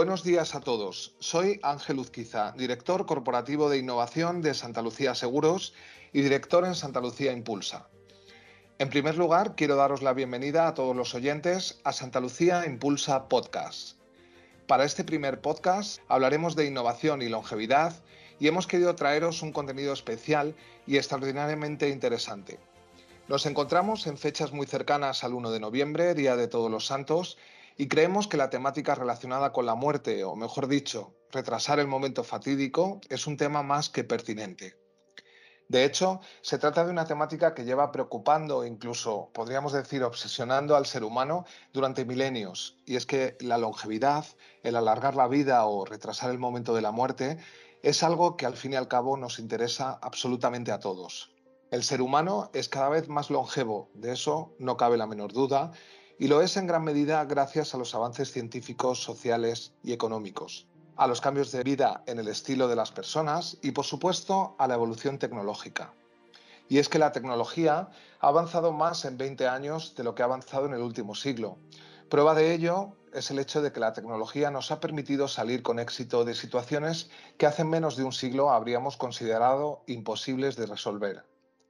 Buenos días a todos. Soy Ángel Uzquiza, director corporativo de innovación de Santa Lucía Seguros y director en Santa Lucía Impulsa. En primer lugar, quiero daros la bienvenida a todos los oyentes a Santa Lucía Impulsa Podcast. Para este primer podcast hablaremos de innovación y longevidad y hemos querido traeros un contenido especial y extraordinariamente interesante. Nos encontramos en fechas muy cercanas al 1 de noviembre, Día de Todos los Santos, y creemos que la temática relacionada con la muerte, o mejor dicho, retrasar el momento fatídico, es un tema más que pertinente. De hecho, se trata de una temática que lleva preocupando, incluso podríamos decir obsesionando al ser humano durante milenios, y es que la longevidad, el alargar la vida o retrasar el momento de la muerte, es algo que al fin y al cabo nos interesa absolutamente a todos. El ser humano es cada vez más longevo, de eso no cabe la menor duda, y lo es en gran medida gracias a los avances científicos, sociales y económicos, a los cambios de vida en el estilo de las personas y, por supuesto, a la evolución tecnológica. Y es que la tecnología ha avanzado más en 20 años de lo que ha avanzado en el último siglo. Prueba de ello es el hecho de que la tecnología nos ha permitido salir con éxito de situaciones que hace menos de un siglo habríamos considerado imposibles de resolver.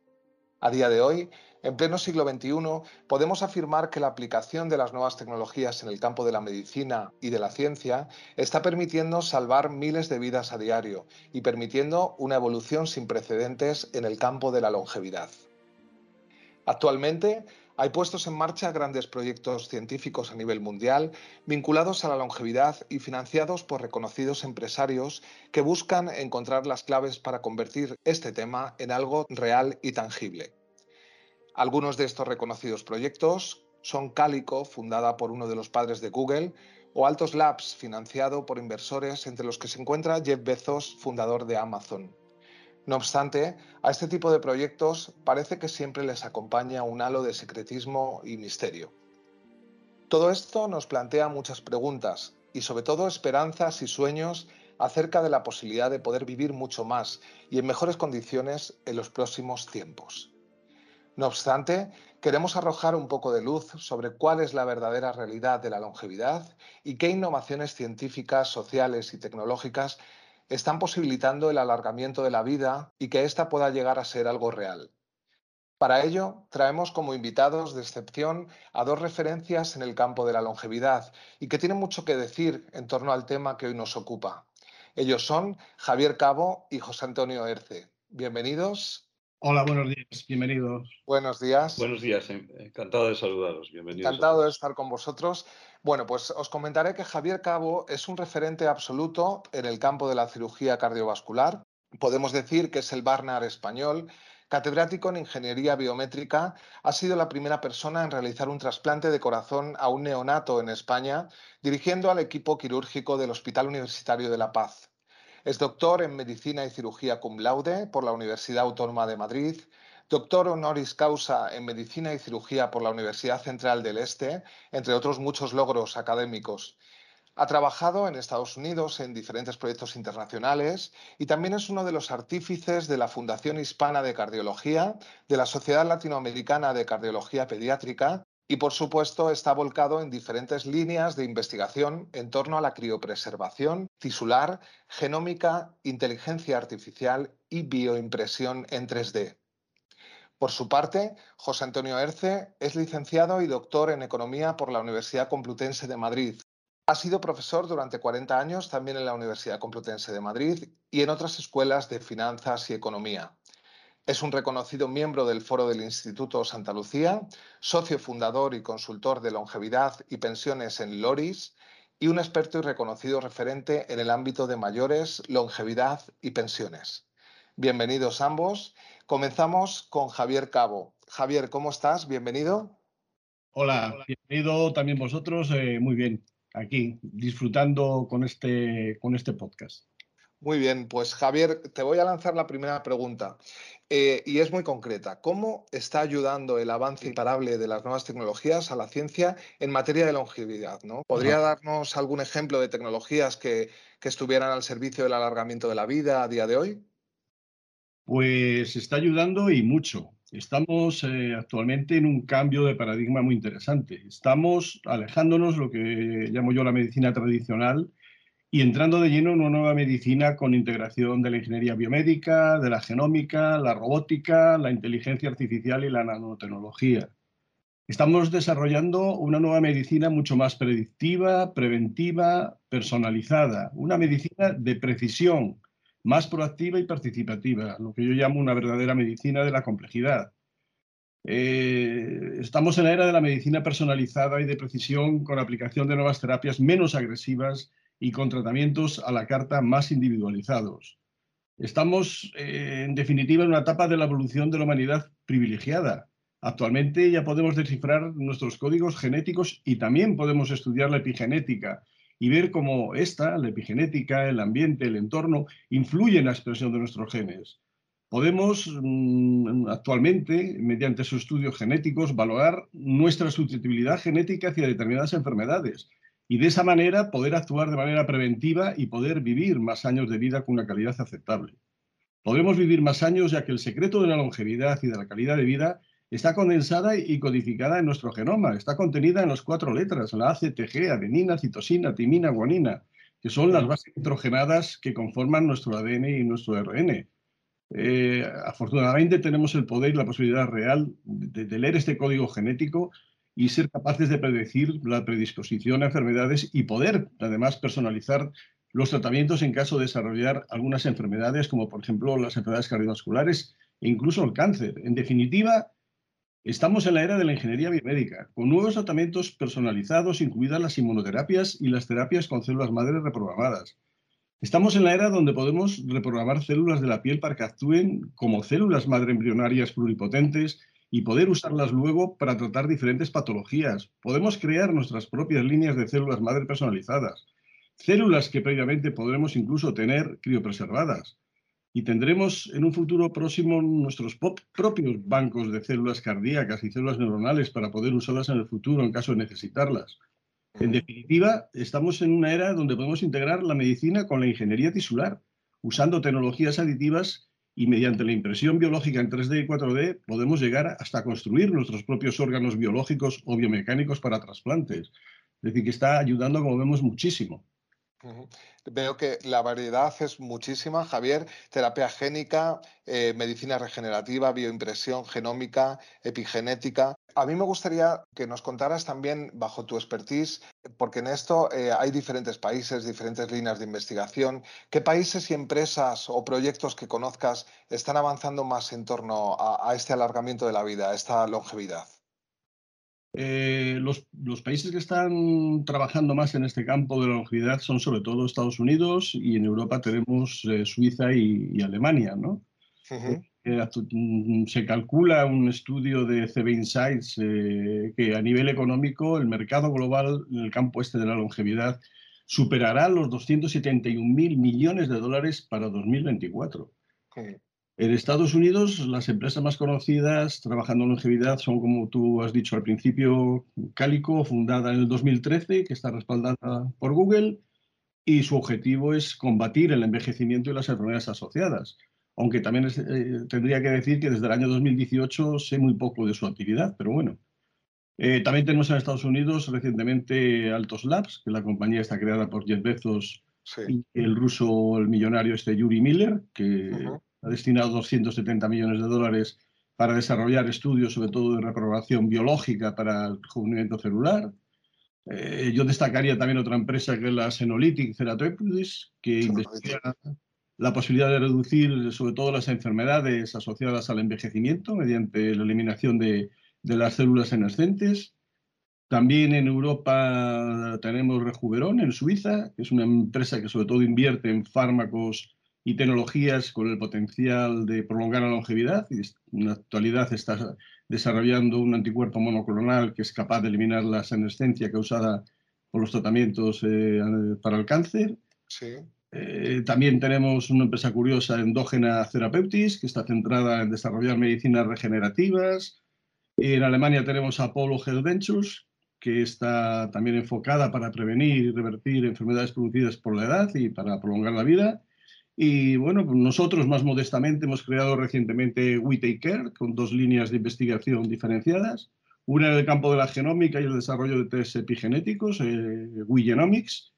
A día de hoy, en pleno siglo XXI, podemos afirmar que la aplicación de las nuevas tecnologías en el campo de la medicina y de la ciencia está permitiendo salvar miles de vidas a diario y permitiendo una evolución sin precedentes en el campo de la longevidad. Actualmente, hay puestos en marcha grandes proyectos científicos a nivel mundial vinculados a la longevidad y financiados por reconocidos empresarios que buscan encontrar las claves para convertir este tema en algo real y tangible. Algunos de estos reconocidos proyectos son Calico, fundada por uno de los padres de Google, o Altos Labs, financiado por inversores entre los que se encuentra Jeff Bezos, fundador de Amazon. No obstante, a este tipo de proyectos parece que siempre les acompaña un halo de secretismo y misterio. Todo esto nos plantea muchas preguntas y sobre todo esperanzas y sueños acerca de la posibilidad de poder vivir mucho más y en mejores condiciones en los próximos tiempos. No obstante, queremos arrojar un poco de luz sobre cuál es la verdadera realidad de la longevidad y qué innovaciones científicas, sociales y tecnológicas están posibilitando el alargamiento de la vida y que ésta pueda llegar a ser algo real. Para ello, traemos como invitados de excepción a dos referencias en el campo de la longevidad y que tienen mucho que decir en torno al tema que hoy nos ocupa. Ellos son Javier Cabo y José Antonio Herce. Bienvenidos. Hola, buenos días, bienvenidos. Buenos días. Buenos días, encantado de saludaros. Bienvenidos a Encantado de todos. estar con vosotros. Bueno, pues os comentaré que Javier Cabo es un referente absoluto en el campo de la cirugía cardiovascular. Podemos decir que es el Barnard español. Catedrático en Ingeniería Biométrica, ha sido la primera persona en realizar un trasplante de corazón a un neonato en España, dirigiendo al equipo quirúrgico del Hospital Universitario de La Paz. Es doctor en Medicina y Cirugía cum laude por la Universidad Autónoma de Madrid, doctor honoris causa en Medicina y Cirugía por la Universidad Central del Este, entre otros muchos logros académicos. Ha trabajado en Estados Unidos en diferentes proyectos internacionales y también es uno de los artífices de la Fundación Hispana de Cardiología, de la Sociedad Latinoamericana de Cardiología Pediátrica y, por supuesto, está volcado en diferentes líneas de investigación en torno a la criopreservación tisular, genómica, inteligencia artificial y bioimpresión en 3D. Por su parte, José Antonio Herce es licenciado y doctor en Economía por la Universidad Complutense de Madrid. Ha sido profesor durante 40 años también en la Universidad Complutense de Madrid y en otras escuelas de finanzas y economía. Es un reconocido miembro del Foro del Instituto Santa Lucía, socio fundador y consultor de longevidad y pensiones en Loris y un experto y reconocido referente en el ámbito de mayores, longevidad y pensiones. Bienvenidos ambos. Comenzamos con Javier Cabo. Javier, ¿cómo estás? Bienvenido. Hola, bienvenido también vosotros, muy bien, aquí, disfrutando con este podcast. Muy bien, pues Javier, te voy a lanzar la primera pregunta y es muy concreta. ¿Cómo está ayudando el avance imparable de las nuevas tecnologías a la ciencia en materia de longevidad, ¿no? ¿Podría Ajá. darnos algún ejemplo de tecnologías que estuvieran al servicio del alargamiento de la vida a día de hoy? Pues está ayudando y mucho. Estamos actualmente en un cambio de paradigma muy interesante. Estamos alejándonos, lo que llamo yo la medicina tradicional, y entrando de lleno en una nueva medicina con integración de la ingeniería biomédica, de la genómica, la robótica, la inteligencia artificial y la nanotecnología. Estamos desarrollando una nueva medicina mucho más predictiva, preventiva, personalizada, una medicina de precisión, más proactiva y participativa, lo que yo llamo una verdadera medicina de la complejidad. Estamos en la era de la medicina personalizada y de precisión con aplicación de nuevas terapias menos agresivas y con tratamientos a la carta más individualizados. Estamos, en definitiva, en una etapa de la evolución de la humanidad privilegiada. Actualmente ya podemos descifrar nuestros códigos genéticos y también podemos estudiar la epigenética y ver cómo esta, la epigenética, el ambiente, el entorno, influye en la expresión de nuestros genes. Podemos actualmente, mediante sus estudios genéticos, valorar nuestra susceptibilidad genética hacia determinadas enfermedades y de esa manera poder actuar de manera preventiva y poder vivir más años de vida con una calidad aceptable. Podremos vivir más años ya que el secreto de la longevidad y de la calidad de vida está condensada y codificada en nuestro genoma, está contenida en las 4 letras, la ACTG, adenina, citosina, timina, guanina, que son las bases nitrogenadas que conforman nuestro ADN y nuestro ARN. Afortunadamente tenemos el poder y la posibilidad real de leer este código genético y ser capaces de predecir la predisposición a enfermedades y poder, además, personalizar los tratamientos en caso de desarrollar algunas enfermedades, como por ejemplo las enfermedades cardiovasculares e incluso el cáncer. En definitiva, estamos en la era de la ingeniería biomédica, con nuevos tratamientos personalizados, incluidas las inmunoterapias y las terapias con células madre reprogramadas. Estamos en la era donde podemos reprogramar células de la piel para que actúen como células madre embrionarias pluripotentes y poder usarlas luego para tratar diferentes patologías. Podemos crear nuestras propias líneas de células madre personalizadas, células que previamente podremos incluso tener criopreservadas. Y tendremos en un futuro próximo nuestros propios bancos de células cardíacas y células neuronales para poder usarlas en el futuro en caso de necesitarlas. En definitiva, estamos en una era donde podemos integrar la medicina con la ingeniería tisular, usando tecnologías aditivas y mediante la impresión biológica en 3D y 4D podemos llegar hasta construir nuestros propios órganos biológicos o biomecánicos para trasplantes. Es decir, que está ayudando, como vemos, muchísimo. Veo que la variedad es muchísima, Javier. Terapia génica, medicina regenerativa, bioimpresión, genómica, epigenética. A mí me gustaría que nos contaras también, bajo tu expertise, porque en esto hay diferentes países, diferentes líneas de investigación. ¿Qué países y empresas o proyectos que conozcas están avanzando más en torno a este alargamiento de la vida, a esta longevidad? Los países que están trabajando más en este campo de la longevidad son sobre todo Estados Unidos y en Europa tenemos Suiza y Alemania, ¿no? Se calcula un estudio de CB Insights que a nivel económico el mercado global en el campo este de la longevidad superará los 271.000 millones de dólares para 2024. En Estados Unidos, las empresas más conocidas trabajando en longevidad son, como tú has dicho al principio, Calico, fundada en el 2013, que está respaldada por Google, y su objetivo es combatir el envejecimiento y las enfermedades asociadas. Aunque también tendría que decir que desde el año 2018 sé muy poco de su actividad, pero bueno. También tenemos en Estados Unidos recientemente Altos Labs, que la compañía está creada por Jeff Bezos y el ruso, el millonario Yuri Miller, que ha destinado 270 millones de dólares para desarrollar estudios, sobre todo de reprogramación biológica para el rejuvenecimiento celular. Yo destacaría también otra empresa que es la Senolytic Therapeutics, que investiga la posibilidad de reducir sobre todo las enfermedades asociadas al envejecimiento mediante la eliminación de las células senescentes. También en Europa tenemos Rejuveron, en Suiza, que es una empresa que sobre todo invierte en fármacos y tecnologías con el potencial de prolongar la longevidad y en la actualidad está desarrollando un anticuerpo monoclonal que es capaz de eliminar la senescencia causada por los tratamientos para el cáncer. También tenemos una empresa curiosa, Endógena Therapeutics, que está centrada en desarrollar medicinas regenerativas. En Alemania tenemos Apollo Health Ventures, que está también enfocada para prevenir y revertir enfermedades producidas por la edad y para prolongar la vida. Y bueno, nosotros más modestamente hemos creado recientemente We Take Care, con 2 líneas de investigación diferenciadas. Una en el campo de la genómica y el desarrollo de test epigenéticos, We Genomics,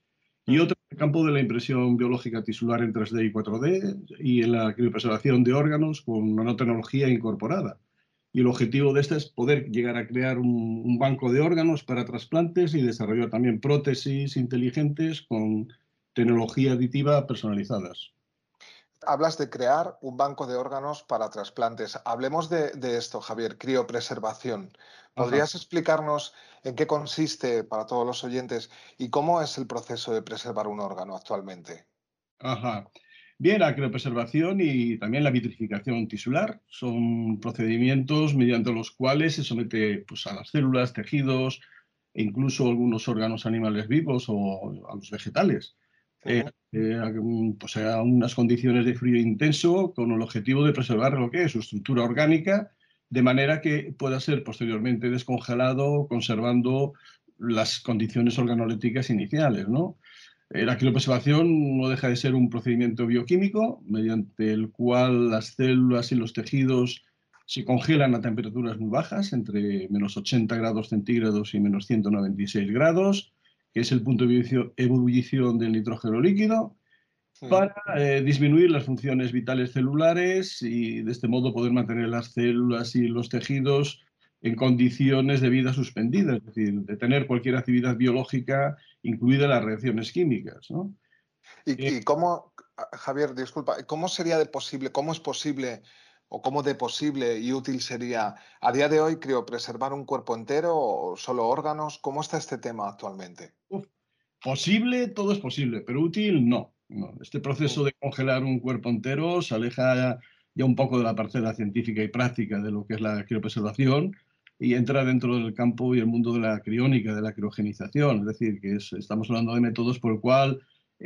Y otro en el campo de la impresión biológica tisular en 3D y 4D y en la criopreservación de órganos con nanotecnología incorporada. Y el objetivo de esta es poder llegar a crear un banco de órganos para trasplantes y desarrollar también prótesis inteligentes con tecnología aditiva personalizadas. Hablas de crear un banco de órganos para trasplantes. Hablemos de esto, Javier, criopreservación. Ajá. ¿Podrías explicarnos en qué consiste para todos los oyentes y cómo es el proceso de preservar un órgano actualmente? Ajá. Bien, la criopreservación y también la vitrificación tisular son procedimientos mediante los cuales se somete pues, a las células, tejidos e incluso algunos órganos animales vivos o a los vegetales, Ujú. pues a unas condiciones de frío intenso con el objetivo de preservar lo que es su estructura orgánica, de manera que pueda ser posteriormente descongelado, conservando las condiciones organolépticas iniciales, ¿no? La criopreservación no deja de ser un procedimiento bioquímico mediante el cual las células y los tejidos se congelan a temperaturas muy bajas, entre menos 80 grados centígrados y menos 196 grados, que es el punto de ebullición del nitrógeno líquido, Mm. para disminuir las funciones vitales celulares y de este modo poder mantener las células y los tejidos en condiciones de vida suspendida, es decir, detener cualquier actividad biológica, incluidas las reacciones químicas, ¿no? Eh, ¿Y cómo, Javier, disculpa, cómo sería de posible, cómo es posible o cómo de posible y útil sería a día de hoy criopreservar un cuerpo entero o solo órganos? ¿Cómo está este tema actualmente? uf, Posible, todo es posible, pero útil, no. No. Este Mm. proceso de congelar un cuerpo entero se aleja ya un poco de la parcela científica y práctica de lo que es la criopreservación y entra dentro del campo y el mundo de la criónica, de la criogenización. Es decir, que estamos hablando de métodos por el cual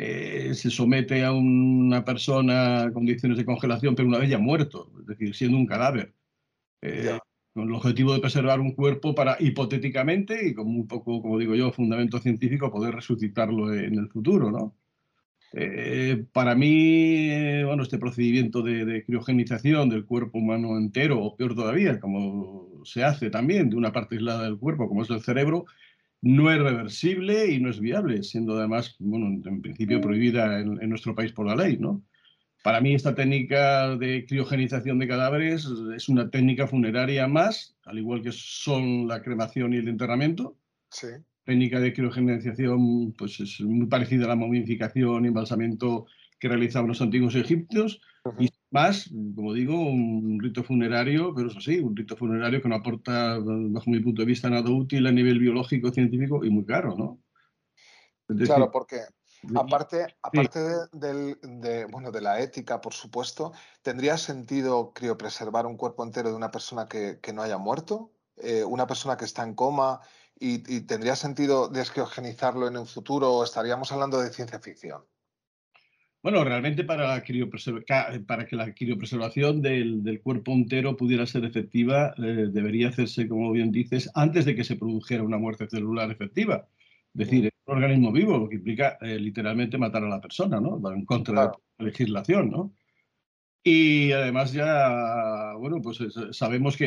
se somete a una persona a condiciones de congelación, pero una vez ya muerto, es decir, siendo un cadáver. eh, Ya. con el objetivo de preservar un cuerpo para, hipotéticamente, y como un poco, como digo yo, fundamento científico, poder resucitarlo en el futuro, ¿no? Para mí, bueno, este procedimiento de criogenización del cuerpo humano entero, o peor todavía, como se hace también de una parte aislada del cuerpo, como es el cerebro, no es reversible y no es viable, siendo además, bueno, en principio prohibida en nuestro país por la ley, ¿no? Para mí esta técnica de criogenización de cadáveres es una técnica funeraria más, al igual que son la cremación y el enterramiento. Sí. Técnica de criogenización pues es muy parecida a la momificación y embalsamiento que realizaban los antiguos egipcios y Ujú. más, como digo, un rito funerario, pero eso sí, un rito funerario que no aporta, bajo mi punto de vista, nada útil a nivel biológico, científico y muy caro, ¿no? Es decir, Claro, porque y- sí. aparte bueno, de la ética, por supuesto, ¿tendría sentido criopreservar un cuerpo entero de una persona que no haya muerto? Una persona que está en coma y ¿tendría sentido descriogenizarlo en un futuro o estaríamos hablando de ciencia ficción? Bueno, realmente para que la criopreservación del cuerpo entero pudiera ser efectiva, debería hacerse, como bien dices, antes de que se produjera una muerte celular efectiva. Es decir, Mm. es un organismo vivo, lo que implica literalmente matar a la persona, ¿no? Va en contra de Claro. la legislación, ¿no? Y además ya, bueno, pues sabemos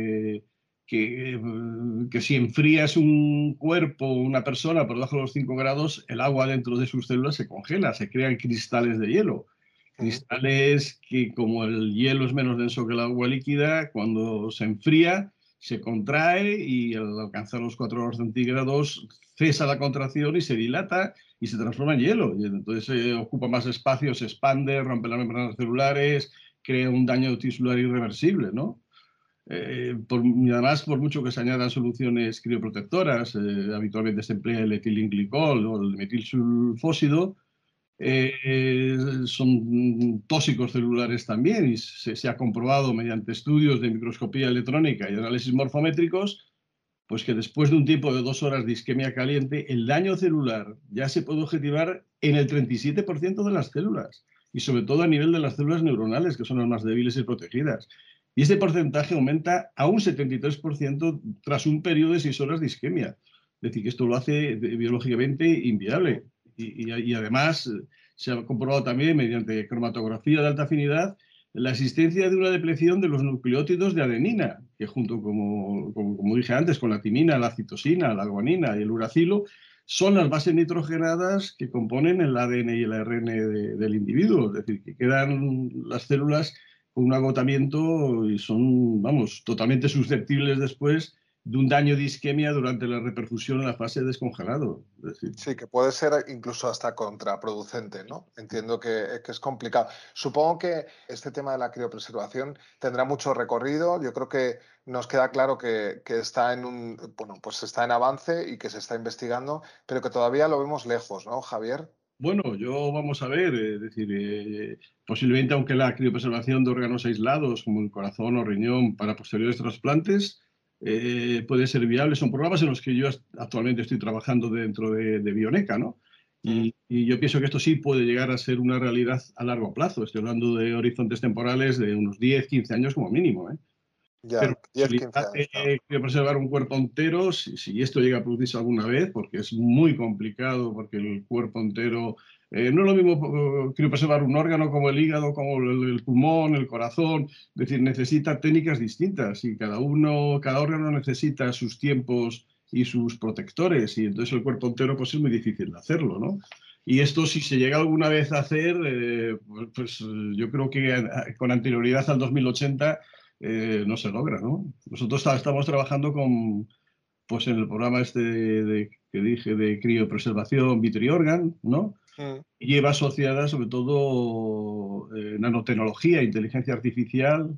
que si enfrías un cuerpo, una persona por debajo de los 5 grados, el agua dentro de sus células se congela, se crean cristales de hielo. Ujú. Cristales que, como el hielo es menos denso que el agua líquida, cuando se enfría, se contrae y al alcanzar los 4 grados centígrados cesa la contracción y se dilata y se transforma en hielo. Y entonces ocupa más espacio, se expande, rompe las membranas celulares, crea un daño tisular irreversible, ¿no? Y además, por mucho que se añadan soluciones crioprotectoras, habitualmente se emplea el etilenglicol o el metilsulfósido, Ujú. son tóxicos celulares también y se ha comprobado mediante estudios de microscopía electrónica y análisis morfométricos pues que después de un tiempo de 2 horas de isquemia caliente, el daño celular ya se puede objetivar en el 37% de las células y sobre todo a nivel de las células neuronales, que son las más débiles y protegidas. Y este porcentaje aumenta a un 73% tras un periodo de 6 horas de isquemia. Es decir, que esto lo hace biológicamente inviable. Y además se ha comprobado también mediante cromatografía de alta afinidad la existencia de una depleción de los nucleótidos de adenina, que junto, como dije antes, con la timina, la citosina, la guanina y el uracilo, son las bases nitrogenadas que componen el ADN y el ARN del individuo. Es decir, que quedan las células con un agotamiento y son, vamos, totalmente susceptibles después de un daño de isquemia durante la reperfusión en la fase de descongelado. Es decir, Sí, que puede ser incluso hasta contraproducente, ¿no? Entiendo que es complicado. Supongo que este tema de la criopreservación tendrá mucho recorrido. Yo creo que nos queda claro que está en bueno, pues está en avance y que se está investigando, pero que todavía lo vemos lejos, ¿no, Javier? bueno, vamos a ver, es decir, posiblemente aunque la criopreservación de órganos aislados como el corazón o riñón para posteriores trasplantes puede ser viable, son programas en los que yo actualmente estoy trabajando dentro de Bioneca, ¿no? Mm. Y yo pienso que esto sí puede llegar a ser una realidad a largo plazo. Estoy hablando de horizontes temporales de unos 10, 15 años como mínimo, ¿eh? Pero Ya, la 10, 15 posibilidad años, claro. de preservar un cuerpo entero, si esto llega a producirse alguna vez, porque es muy complicado, porque el cuerpo entero no es lo mismo criopreservar un órgano como el hígado, como el pulmón, el corazón. Es decir, necesita técnicas distintas y cada órgano necesita sus tiempos y sus protectores, y entonces el cuerpo entero pues es muy difícil de hacerlo, ¿no? Y esto, si se llega alguna vez a hacer, yo creo que con anterioridad al 2080 no se logra, ¿no? Nosotros estamos trabajando pues en el programa este que dije de criopreservación Vitriorgan, ¿no? Mm. Y lleva asociada sobre todo nanotecnología, inteligencia artificial.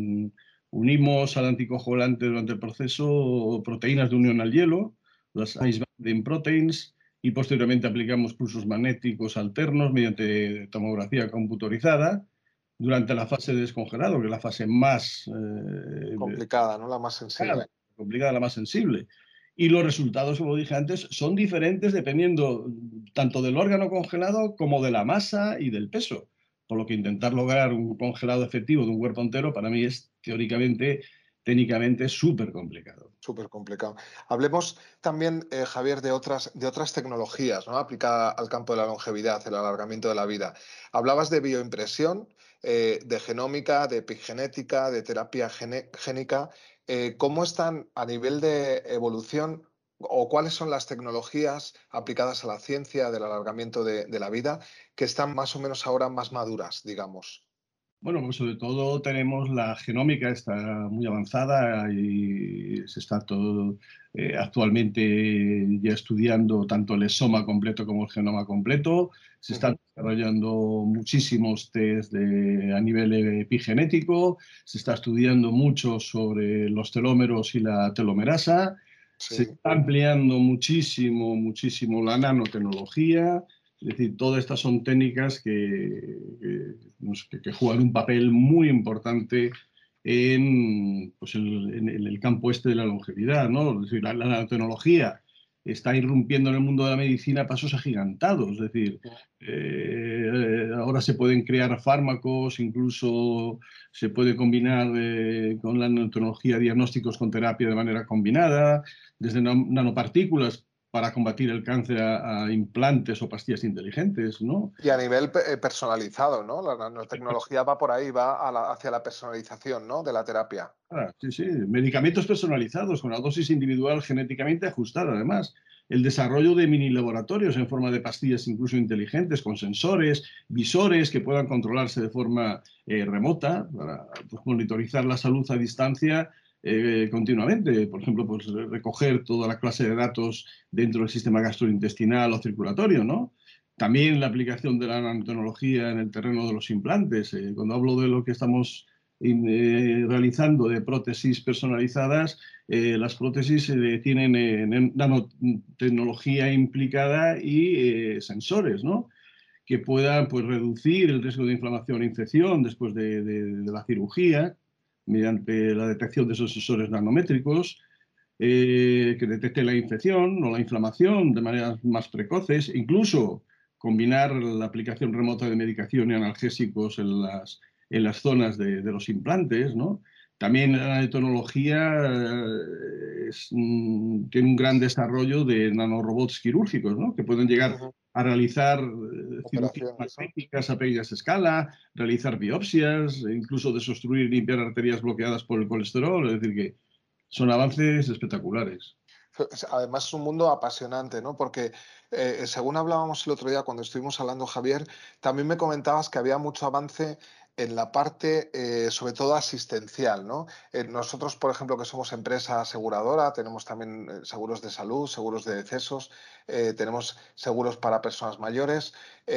Unimos al anticoagulante durante el proceso proteínas de unión al hielo, las ice binding proteins, y posteriormente aplicamos pulsos magnéticos alternos mediante tomografía computorizada durante la fase de descongelado, que es la fase más Complicada, ¿no? La más sensible. complicada, la más sensible. Y los resultados, como dije antes, son diferentes dependiendo tanto del órgano congelado como de la masa y del peso. Por lo que intentar lograr un congelado efectivo de un cuerpo entero para mí es teóricamente, técnicamente súper complicado. Súper complicado. Hablemos también, Javier, de otras tecnologías, ¿no? Aplicadas al campo de la longevidad, el alargamiento de la vida. Hablabas de bioimpresión, de genómica, de epigenética, de terapia génica. ¿Cómo están a nivel de evolución o cuáles son las tecnologías aplicadas a la ciencia del alargamiento de la vida que están más o menos ahora más maduras, digamos? Bueno, pues sobre todo tenemos la genómica, está muy avanzada y se está todo actualmente ya estudiando tanto el exoma completo como el genoma completo. Se están Ujú. desarrollando muchísimos test a nivel epigenético, se está estudiando mucho sobre los telómeros y la telomerasa, se Sí. está ampliando muchísimo, muchísimo la nanotecnología. Es decir, todas estas son técnicas que juegan un papel muy importante pues en el campo este de la longevidad, ¿no? Es decir, la nanotecnología está irrumpiendo en el mundo de la medicina a pasos agigantados. Es decir, ahora se pueden crear fármacos, incluso se puede combinar con la nanotecnología diagnósticos con terapia de manera combinada, desde nanopartículas para combatir el cáncer a implantes o pastillas inteligentes, ¿no? Y a nivel personalizado, ¿no? La nanotecnología va por ahí, va hacia la personalización, ¿no? De la terapia. Sí, sí, medicamentos personalizados con la dosis individual genéticamente ajustada, además. El desarrollo de mini laboratorios en forma de pastillas incluso inteligentes, con sensores, visores que puedan controlarse de forma remota para pues, monitorizar la salud a distancia continuamente. Por ejemplo, pues, recoger toda la clase de datos dentro del sistema gastrointestinal o circulatorio, ¿no? También la aplicación de la nanotecnología en el terreno de los implantes. Cuando hablo de lo que estamos realizando de prótesis personalizadas, las prótesis tienen nanotecnología implicada y sensores, ¿no? Que puedan pues, reducir el riesgo de inflamación e infección después de la cirugía mediante la detección de esos sensores nanométricos, que detecten la infección o la inflamación de maneras más precoces, incluso combinar la aplicación remota de medicación y analgésicos en las zonas de los implantes, ¿no? También la nanotecnología tiene un gran desarrollo de nanorobots quirúrgicos, ¿no? Que pueden llegar Ujú. a realizar cirugías Operaciones, ¿no? magnéticas a pequeñas escala, realizar biopsias, e incluso desobstruir y limpiar arterias bloqueadas por el colesterol. Es decir, que son avances espectaculares. Además es un mundo apasionante, ¿no? Porque según hablábamos el otro día cuando estuvimos hablando, Javier, también me comentabas que había mucho avance en la parte, sobre todo asistencial, ¿no? Nosotros, por ejemplo, que somos empresa aseguradora, tenemos también seguros de salud, seguros de decesos, tenemos seguros para personas mayores,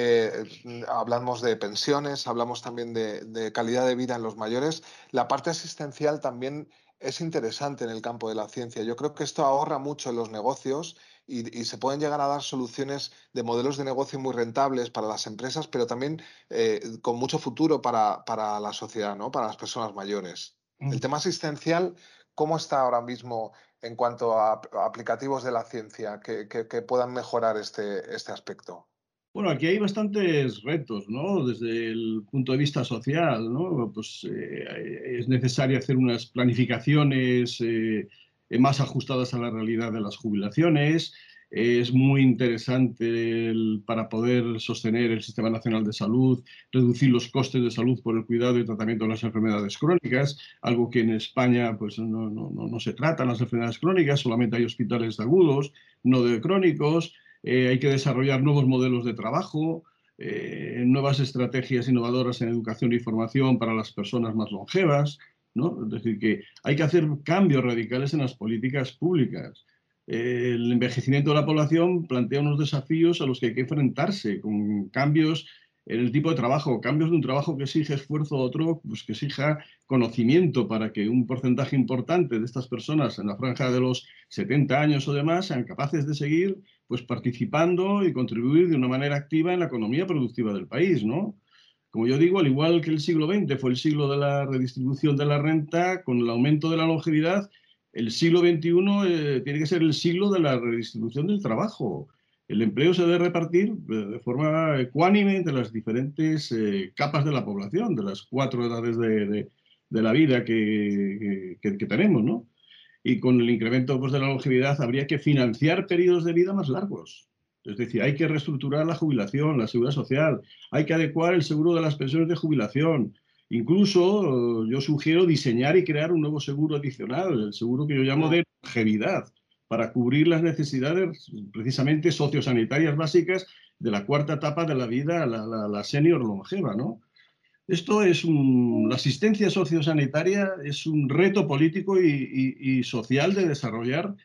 hablamos de pensiones, hablamos también de calidad de vida en los mayores. La parte asistencial también es interesante en el campo de la ciencia. Yo creo que esto ahorra mucho en los negocios y se pueden llegar a dar soluciones de modelos de negocio muy rentables para las empresas, pero también con mucho futuro para la sociedad, ¿no? Para las personas mayores. El tema asistencial, ¿cómo está ahora mismo en cuanto a aplicativos de la ciencia que puedan mejorar este aspecto? Bueno, aquí hay bastantes retos, ¿no? Desde el punto de vista social, ¿no? Pues es necesario hacer unas planificaciones más ajustadas a la realidad de las jubilaciones. Es muy interesante para poder sostener el Sistema Nacional de Salud, reducir los costes de salud por el cuidado y tratamiento de las enfermedades crónicas, algo que en España pues, no se tratan las enfermedades crónicas, solamente hay hospitales agudos, no de crónicos. Hay que desarrollar nuevos modelos de trabajo, nuevas estrategias innovadoras en educación y formación para las personas más longevas, ¿no? Es decir, que hay que hacer cambios radicales en las políticas públicas. El envejecimiento de la población plantea unos desafíos a los que hay que enfrentarse, con cambios en el tipo de trabajo, cambios de un trabajo que exige esfuerzo a otro, pues que exija conocimiento para que un porcentaje importante de estas personas en la franja de los 70 años o demás sean capaces de seguir pues participando y contribuir de una manera activa en la economía productiva del país, ¿no? Como yo digo, al igual que el siglo XX fue el siglo de la redistribución de la renta, con el aumento de la longevidad, el siglo XXI tiene que ser el siglo de la redistribución del trabajo. El empleo se debe repartir de forma ecuánime entre las diferentes capas de la población, de las 4 edades de la vida que tenemos, ¿no? Y con el incremento pues, de la longevidad habría que financiar periodos de vida más largos. Es decir, hay que reestructurar la jubilación, la seguridad social, hay que adecuar el seguro de las pensiones de jubilación. Incluso yo sugiero diseñar y crear un nuevo seguro adicional, el seguro que yo llamo de longevidad, para cubrir las necesidades precisamente sociosanitarias básicas de la cuarta etapa de la vida, la senior longeva, ¿no? Esto es la asistencia sociosanitaria es un reto político y social de desarrollar.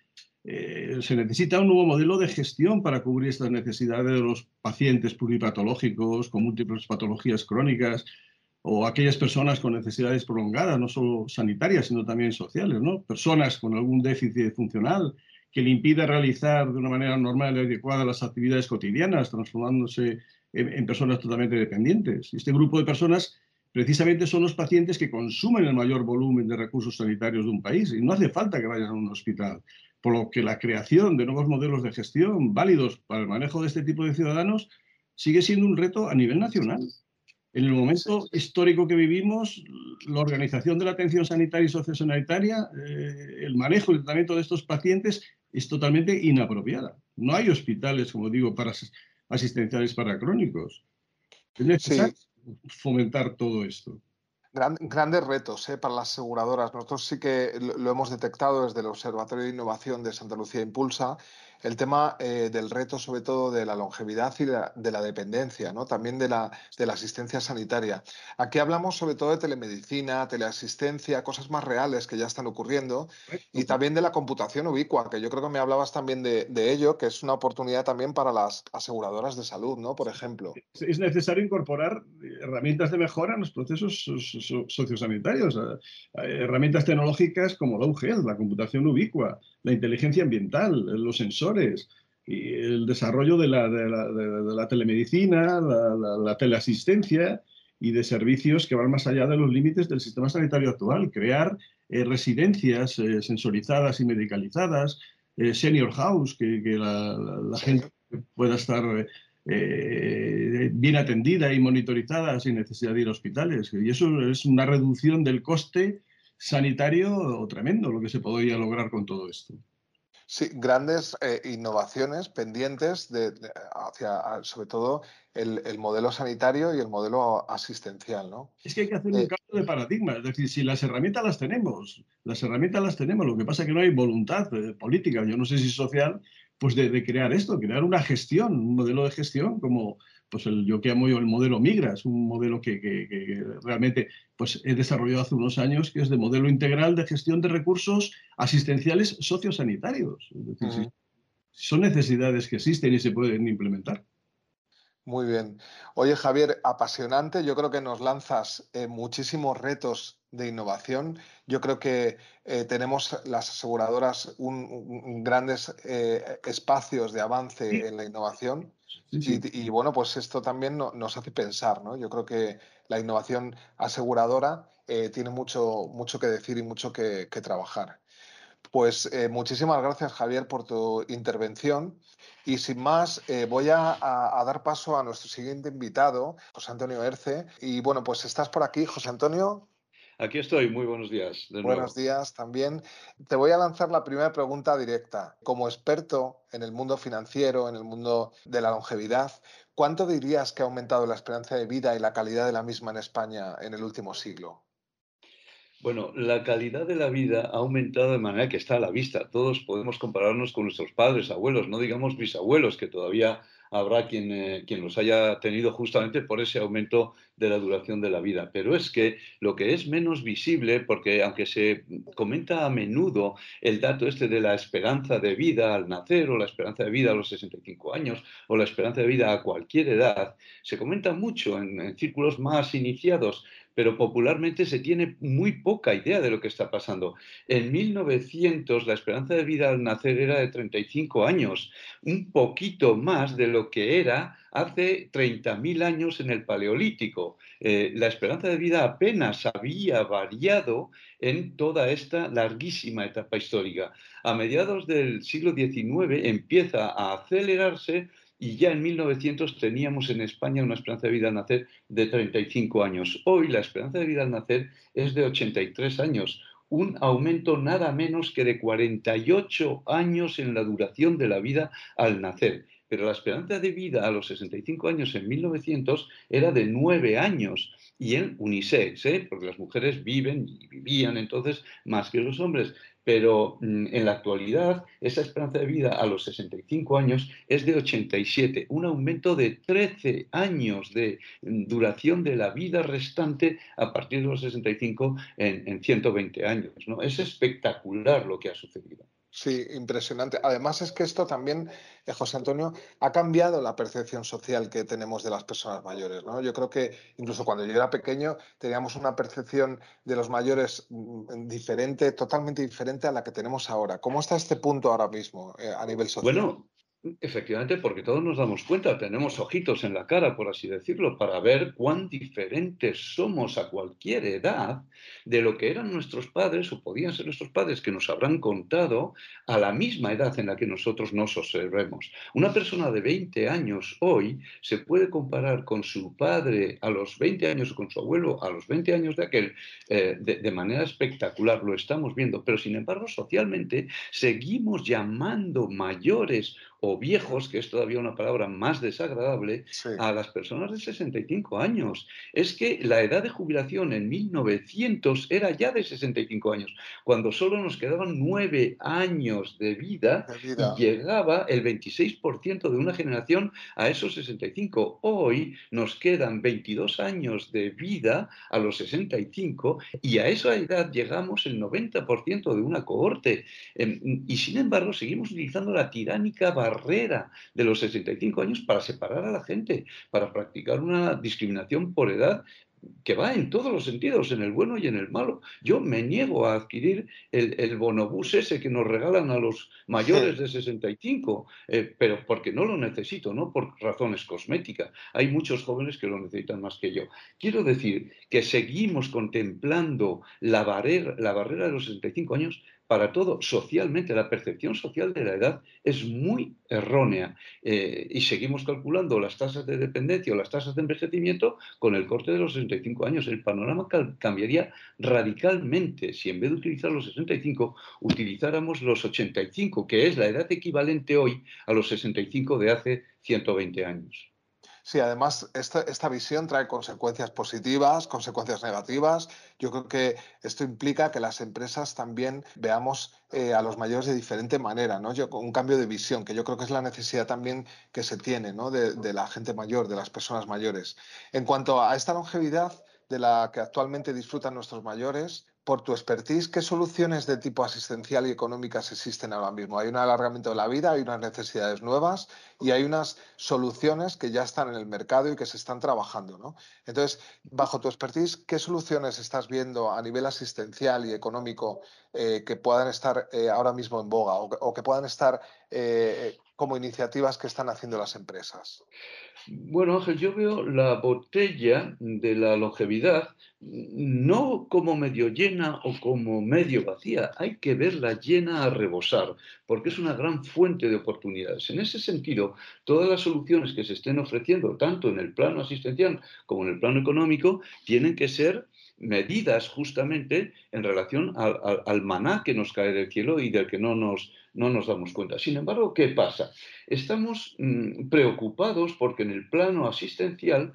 Se necesita un nuevo modelo de gestión para cubrir estas necesidades de los pacientes pluripatológicos con múltiples patologías crónicas o aquellas personas con necesidades prolongadas, no solo sanitarias, sino también sociales, ¿no? Personas con algún déficit funcional que le impida realizar de una manera normal y adecuada las actividades cotidianas, transformándose en personas totalmente dependientes. Este grupo de personas precisamente son los pacientes que consumen el mayor volumen de recursos sanitarios de un país y no hace falta que vayan a un hospital. Por lo que la creación de nuevos modelos de gestión válidos para el manejo de este tipo de ciudadanos sigue siendo un reto a nivel nacional. En el momento histórico que vivimos, la organización de la atención sanitaria y sociosanitaria, el manejo y el tratamiento de estos pacientes es totalmente inapropiada. No hay hospitales, como digo, asistenciales para crónicos. Es Sí, necesario fomentar todo esto. Grandes retos para las aseguradoras. Nosotros sí que lo hemos detectado desde el Observatorio de Innovación de Santa Lucía Impulsa, el tema del reto sobre todo de la longevidad y de la dependencia, ¿no? También de la asistencia sanitaria. Aquí hablamos sobre todo de telemedicina, teleasistencia, cosas más reales que ya están ocurriendo y también de la computación ubicua, que yo creo que me hablabas también de ello, que es una oportunidad también para las aseguradoras de salud, ¿no? Por ejemplo. Es necesario incorporar herramientas de mejora en los procesos sociosanitarios, herramientas tecnológicas como Low Health, la computación ubicua, la inteligencia ambiental, los sensores y el desarrollo de la telemedicina, la teleasistencia y de servicios que van más allá de los límites del sistema sanitario actual, crear residencias sensorizadas y medicalizadas, senior house, que la gente pueda estar bien atendida y monitorizada sin necesidad de ir a hospitales. Y eso es una reducción del coste sanitario tremendo, lo que se podría lograr con todo esto. Sí, grandes innovaciones pendientes sobre todo, el modelo sanitario y el modelo asistencial, ¿no? Es que hay que hacer un Eh, cambio de paradigma, es decir, si las herramientas las tenemos, lo que pasa es que no hay voluntad política, yo no sé si social, pues de crear esto, crear una gestión, un modelo de gestión como pues yo que amo yo el modelo Migras, un modelo que realmente pues he desarrollado hace unos años, que es de modelo integral de gestión de recursos asistenciales sociosanitarios. Es decir, ujú. si son necesidades que existen y se pueden implementar. Muy bien. Oye, Javier, apasionante. Yo creo que nos lanzas muchísimos retos de innovación. Yo creo que tenemos las aseguradoras grandes espacios de Sí, avance en la innovación. sí, sí. Bueno, pues esto también nos hace pensar, ¿no? Yo creo que la innovación aseguradora tiene mucho que decir y mucho que trabajar. Pues muchísimas gracias, Javier, por tu intervención. Y sin más, voy a dar paso a nuestro siguiente invitado, José Antonio Erce. Y bueno, pues estás por aquí, José Antonio. Aquí estoy, muy buenos días de Buenos nuevo. días también. Te voy a lanzar la primera pregunta directa. Como experto en el mundo financiero, en el mundo de la longevidad, ¿cuánto dirías que ha aumentado la esperanza de vida y la calidad de la misma en España en el último siglo? Bueno, la calidad de la vida ha aumentado de manera que está a la vista. Todos podemos compararnos con nuestros padres, abuelos, no digamos bisabuelos, que todavía habrá quien los haya tenido justamente por ese aumento de la duración de la vida. Pero es que lo que es menos visible, porque aunque se comenta a menudo el dato este de la esperanza de vida al nacer o la esperanza de vida a los 65 años o la esperanza de vida a cualquier edad, se comenta mucho en círculos más iniciados, pero popularmente se tiene muy poca idea de lo que está pasando. En 1900 la esperanza de vida al nacer era de 35 años, un poquito más de lo que era hace 30.000 años en el Paleolítico. La esperanza de vida apenas había variado en toda esta larguísima etapa histórica. A mediados del siglo XIX empieza a acelerarse y ya en 1900 teníamos en España una esperanza de vida al nacer de 35 años. Hoy la esperanza de vida al nacer es de 83 años, un aumento nada menos que de 48 años en la duración de la vida al nacer. Pero la esperanza de vida a los 65 años en 1900 era de 9 años y en unisex, porque las mujeres viven y vivían entonces más que los hombres. Pero en la actualidad esa esperanza de vida a los 65 años es de 87, un aumento de 13 años de duración de la vida restante a partir de los 65 en 120 años, ¿no? Es espectacular lo que ha sucedido. Sí, impresionante. Además es que esto también, José Antonio, ha cambiado la percepción social que tenemos de las personas mayores, ¿no? Yo creo que incluso cuando yo era pequeño teníamos una percepción de los mayores diferente, totalmente diferente a la que tenemos ahora. ¿Cómo está este punto ahora mismo, a nivel social? Bueno, efectivamente, porque todos nos damos cuenta, tenemos ojitos en la cara, por así decirlo, para ver cuán diferentes somos a cualquier edad de lo que eran nuestros padres o podían ser nuestros padres que nos habrán contado a la misma edad en la que nosotros nos observemos. Una persona de 20 años hoy se puede comparar con su padre a los 20 años o con su abuelo a los 20 años de aquel de manera espectacular, lo estamos viendo, pero sin embargo socialmente seguimos llamando mayores o viejos, que es todavía una palabra más desagradable, Sí, a las personas de 65 años. Es que la edad de jubilación en 1900 era ya de 65 años, cuando solo nos quedaban 9 años de vida de y vida. llegaba el 26% de una generación a esos 65. Hoy nos quedan 22 años de vida a los 65 y a esa edad llegamos el 90% de una cohorte. Y sin embargo, seguimos utilizando la tiránica barrera de los 65 años para separar a la gente, para practicar una discriminación por edad que va en todos los sentidos, en el bueno y en el malo. Yo me niego a adquirir el bonobús ese que nos regalan a los mayores de 65, pero porque no lo necesito, no por razones cosméticas. Hay muchos jóvenes que lo necesitan más que yo. Quiero decir que seguimos contemplando la barrera de los 65 años para todo. Socialmente, la percepción social de la edad es muy errónea y seguimos calculando las tasas de dependencia o las tasas de envejecimiento con el corte de los 65 años. El panorama cambiaría radicalmente si en vez de utilizar los 65 utilizáramos los 85, que es la edad equivalente hoy a los 65 de hace 120 años. Sí, además, esta visión trae consecuencias positivas, consecuencias negativas. Yo creo que esto implica que las empresas también veamos a los mayores de diferente manera, ¿no? Un cambio de visión, que yo creo que es la necesidad también que se tiene, ¿no? De la gente mayor, de las personas mayores. En cuanto a esta longevidad de la que actualmente disfrutan nuestros mayores, por tu expertise, ¿qué soluciones de tipo asistencial y económicas existen ahora mismo? Hay un alargamiento de la vida, hay unas necesidades nuevas y hay unas soluciones que ya están en el mercado y que se están trabajando, ¿no? Entonces, bajo tu expertise, ¿qué soluciones estás viendo a nivel asistencial y económico que puedan estar ahora mismo en boga o que puedan estar como iniciativas que están haciendo las empresas? Bueno, Ángel, yo veo la botella de la longevidad no como medio llena o como medio vacía, hay que verla llena a rebosar, porque es una gran fuente de oportunidades. En ese sentido, todas las soluciones que se estén ofreciendo, tanto en el plano asistencial como en el plano económico, tienen que ser medidas justamente en relación al maná que nos cae del cielo y del que no nos damos cuenta. Sin embargo, ¿qué pasa? Estamos preocupados porque en el plano asistencial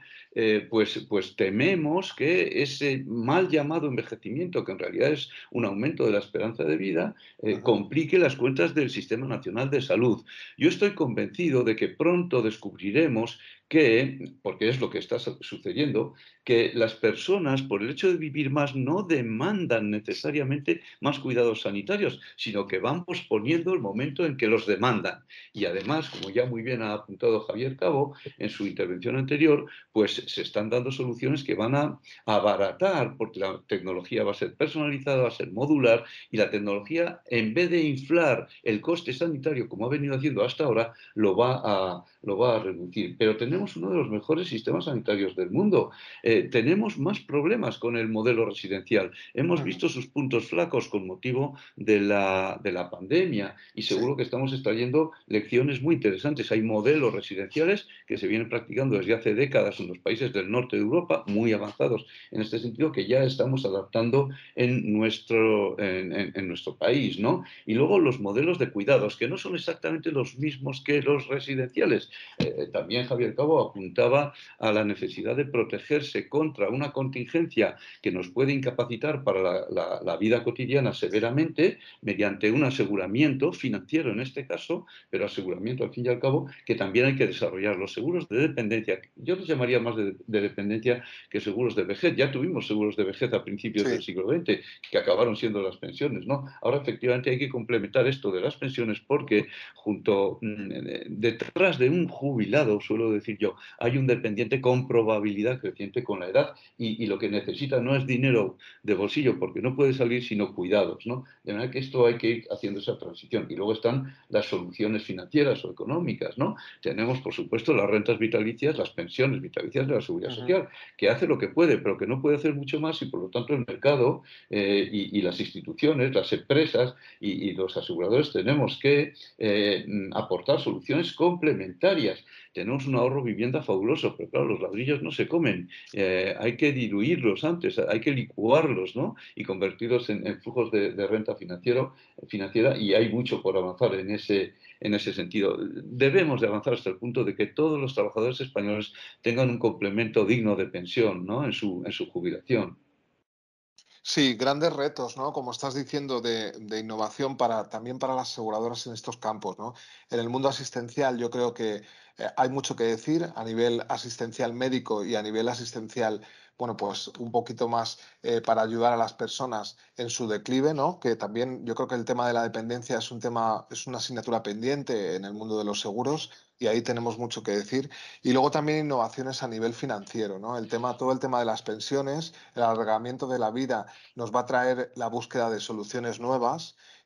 pues tememos que ese mal llamado envejecimiento, que en realidad es un aumento de la esperanza de vida, Ujú. complique las cuentas del Sistema Nacional de Salud. Yo estoy convencido de que pronto descubriremos que, porque es lo que está sucediendo, que las personas, por el hecho de vivir más, no demandan necesariamente más cuidados sanitarios, sino que van posponiendo el momento en que los demandan. Y además, como ya muy bien ha apuntado Javier Cabo en su intervención anterior, pues se están dando soluciones que van a abaratar, porque la tecnología va a ser personalizada, va a ser modular, y la tecnología, en vez de inflar el coste sanitario, como ha venido haciendo hasta ahora, lo va a reducir. Pero tenemos uno de los mejores sistemas sanitarios del mundo. Tenemos más problemas con el modelo residencial. Hemos Ujú. visto sus puntos flacos con motivo de la pandemia y Sí. seguro que estamos extrayendo lecciones muy interesantes. Hay modelos residenciales que se vienen practicando desde hace décadas en los países del norte de Europa, muy avanzados en este sentido, que ya estamos adaptando en nuestro país, ¿no? Y luego los modelos de cuidados, que no son exactamente los mismos que los residenciales. También Javier Cabo apuntaba a la necesidad de protegerse contra una contingencia que nos puede incapacitar para la vida cotidiana severamente mediante un aseguramiento financiero en este caso, pero aseguramiento al fin y al cabo que también hay que desarrollar. Los seguros de dependencia, yo los llamaría más de dependencia que seguros de vejez. Ya tuvimos seguros de vejez a principios del Sí. siglo XX que acabaron siendo las pensiones, ¿no? Ahora efectivamente hay que complementar esto de las pensiones porque detrás de un jubilado, suelo decir yo, hay un dependiente con probabilidad creciente con la edad y lo que necesita no es dinero de bolsillo porque no puede salir sino cuidados, ¿no? De manera que esto hay que ir haciendo esa transición. Y luego están las soluciones financieras o económicas, ¿no? Tenemos, por supuesto, las rentas vitalicias, las pensiones vitalicias de la seguridad Ujú. social, que hace lo que puede, pero que no puede hacer mucho más y por lo tanto el mercado y las instituciones, las empresas y los aseguradores tenemos que aportar soluciones complementarias. Tenemos un ahorro vivienda fabuloso, pero claro, los ladrillos no se comen. Hay que diluirlos antes, hay que licuarlos, ¿no? Y convertirlos en flujos de renta financiera y hay mucho por avanzar en ese sentido. Debemos de avanzar hasta el punto de que todos los trabajadores españoles tengan un complemento digno de pensión, ¿no? En su jubilación. Sí, grandes retos, ¿no? Como estás diciendo, de innovación para, también para las aseguradoras en estos campos, ¿no? En el mundo asistencial yo creo que hay mucho que decir a nivel asistencial médico y a nivel asistencial, bueno, pues un poquito más para ayudar a las personas en su declive, ¿no? Que también yo creo que el tema de la dependencia es un tema, es una asignatura pendiente en el mundo de los seguros y ahí tenemos mucho que decir. Y luego también innovaciones a nivel financiero, ¿no? El tema, todo el tema de las pensiones, el alargamiento de la vida nos va a traer la búsqueda de soluciones nuevas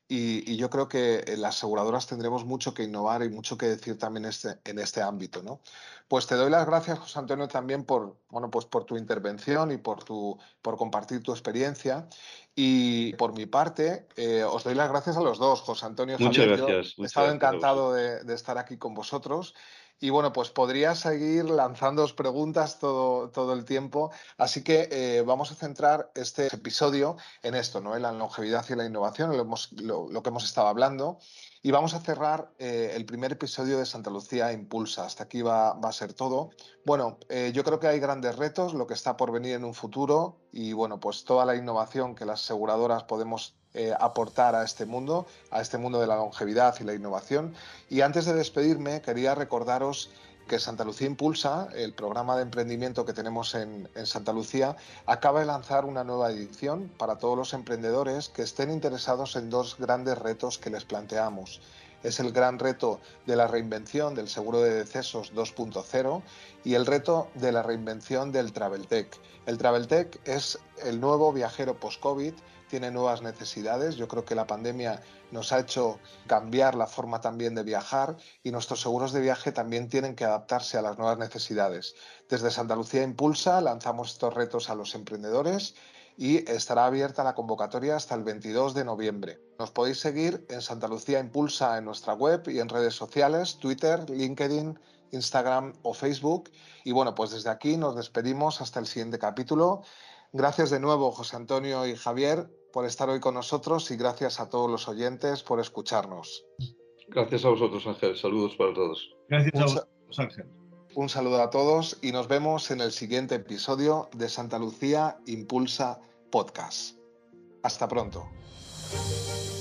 y yo creo que las aseguradoras tendremos mucho que innovar y mucho que decir también en este ámbito, ¿no? Pues te doy las gracias, José Antonio, también pues por tu intervención y por compartir tu experiencia. Y por mi parte, os doy las gracias a los dos, José Antonio y Javier. Yo he Muchas estado gracias a encantado vosotros. de estar aquí con vosotros. Y bueno, pues podría seguir lanzándoos preguntas todo el tiempo. Así que vamos a centrar este episodio en esto, ¿no? En la longevidad y la innovación, lo que hemos estado hablando. Y vamos a cerrar el primer episodio de Santa Lucía Impulsa. Hasta aquí va a ser todo. Bueno, yo creo que hay grandes retos, lo que está por venir en un futuro y bueno, pues toda la innovación que las aseguradoras podemos aportar a este mundo de la longevidad y la innovación. Y antes de despedirme, quería recordaros que Santa Lucía Impulsa, el programa de emprendimiento que tenemos en Santa Lucía, acaba de lanzar una nueva edición para todos los emprendedores que estén interesados en dos grandes retos que les planteamos. Es el gran reto de la reinvención del seguro de decesos 2.0 y el reto de la reinvención del Traveltech. El Traveltech es el nuevo viajero post-COVID, tiene nuevas necesidades. Yo creo que la pandemia nos ha hecho cambiar la forma también de viajar y nuestros seguros de viaje también tienen que adaptarse a las nuevas necesidades. Desde Santa Lucía Impulsa lanzamos estos retos a los emprendedores y estará abierta la convocatoria hasta el 22 de noviembre. Nos podéis seguir en Santa Lucía Impulsa en nuestra web y en redes sociales, Twitter, LinkedIn, Instagram o Facebook. Y bueno, pues desde aquí nos despedimos hasta el siguiente capítulo. Gracias de nuevo, José Antonio y Javier, por estar hoy con nosotros y gracias a todos los oyentes por escucharnos. Gracias a vosotros, Ángel. Saludos para todos. Gracias Un, a sa- vosotros, Ángel. un saludo a todos y nos vemos en el siguiente episodio de Santa Lucía Impulsa Podcast. Hasta pronto.